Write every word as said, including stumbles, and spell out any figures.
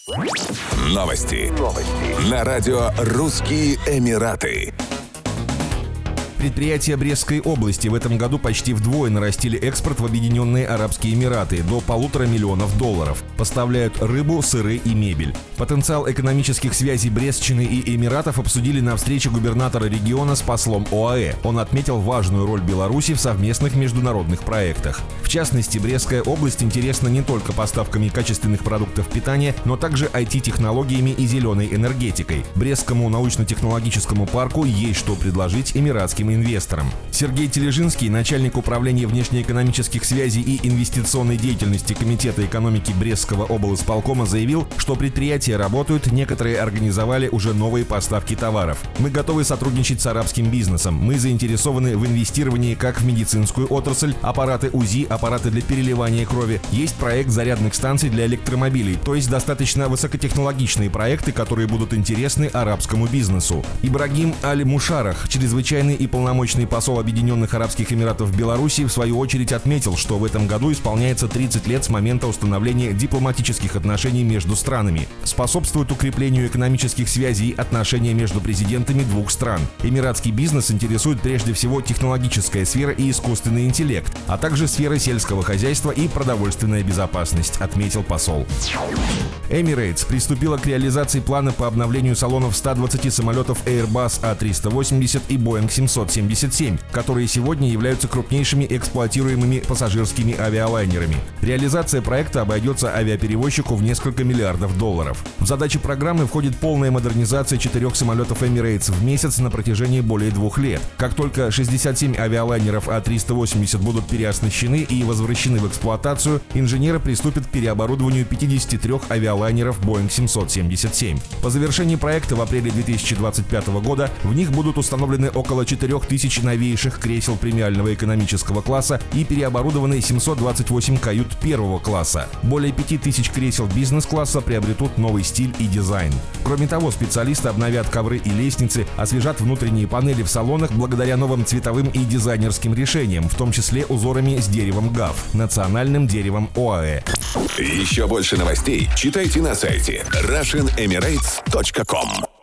Новости. Новости. На радио «Русские Эмираты». Предприятия Брестской области в этом году почти вдвое нарастили экспорт в Объединенные Арабские Эмираты до полутора миллионов долларов. Поставляют рыбу, сыры и мебель. Потенциал экономических связей Брестчины и Эмиратов обсудили на встрече губернатора региона с послом ОАЭ. Он отметил важную роль Беларуси в совместных международных проектах. В частности, Брестская область интересна не только поставками качественных продуктов питания, но также ай ти-технологиями и зеленой энергетикой. Брестскому научно-технологическому парку есть что предложить эмиратским инвесторам. Сергей Тележинский, начальник управления внешнеэкономических связей и инвестиционной деятельности Комитета экономики Брестского облсполкома, заявил, что предприятия работают, некоторые организовали уже новые поставки товаров. Мы готовы сотрудничать с арабским бизнесом. Мы заинтересованы в инвестировании как в медицинскую отрасль, аппараты УЗИ, аппараты для переливания крови. Есть проект зарядных станций для электромобилей, то есть достаточно высокотехнологичные проекты, которые будут интересны арабскому бизнесу. Ибрагим Аль-Мушарах, чрезвычайный и полномочный посол Объединенных Арабских Эмиратов в Беларуси, в свою очередь отметил, что в этом году исполняется тридцать лет с момента установления дипломатических отношений между странами. Способствует укреплению экономических связей и отношения между президентами двух стран. Эмиратский бизнес интересует прежде всего технологическая сфера и искусственный интеллект, а также сферы сельского хозяйства и продовольственная безопасность, отметил посол. Emirates приступила к реализации плана по обновлению салонов ста двадцати самолетов Airbus А триста восемьдесят и Boeing семьсот семьдесят семь, которые сегодня являются крупнейшими эксплуатируемыми пассажирскими авиалайнерами. Реализация проекта обойдется авиаперевозчику в несколько миллиардов долларов. В задачи программы входит полная модернизация четырех самолетов Emirates в месяц на протяжении более двух лет. Как только шестьдесят семь авиалайнеров А триста восемьдесят будут переоснащены и возвращены в эксплуатацию, инженеры приступят к переоборудованию пятидесяти трёх авиалайнеров Boeing семьсот семьдесят семь. По завершении проекта в апреле две тысячи двадцать пятого года в них будут установлены около четырёх тысяч новейших кресел премиального экономического класса и переоборудованы семьсот двадцать восемь кают первого класса. Более пяти тысяч кресел бизнес-класса приобретут новый стиль и дизайн. Кроме того, специалисты обновят ковры и лестницы, освежат внутренние панели в салонах благодаря новым цветовым и дизайнерским решениям, в том числе узорами с деревом ГАФ, национальным деревом ОАЭ. Еще больше новостей читайте на сайте Russian Emirates точка ком.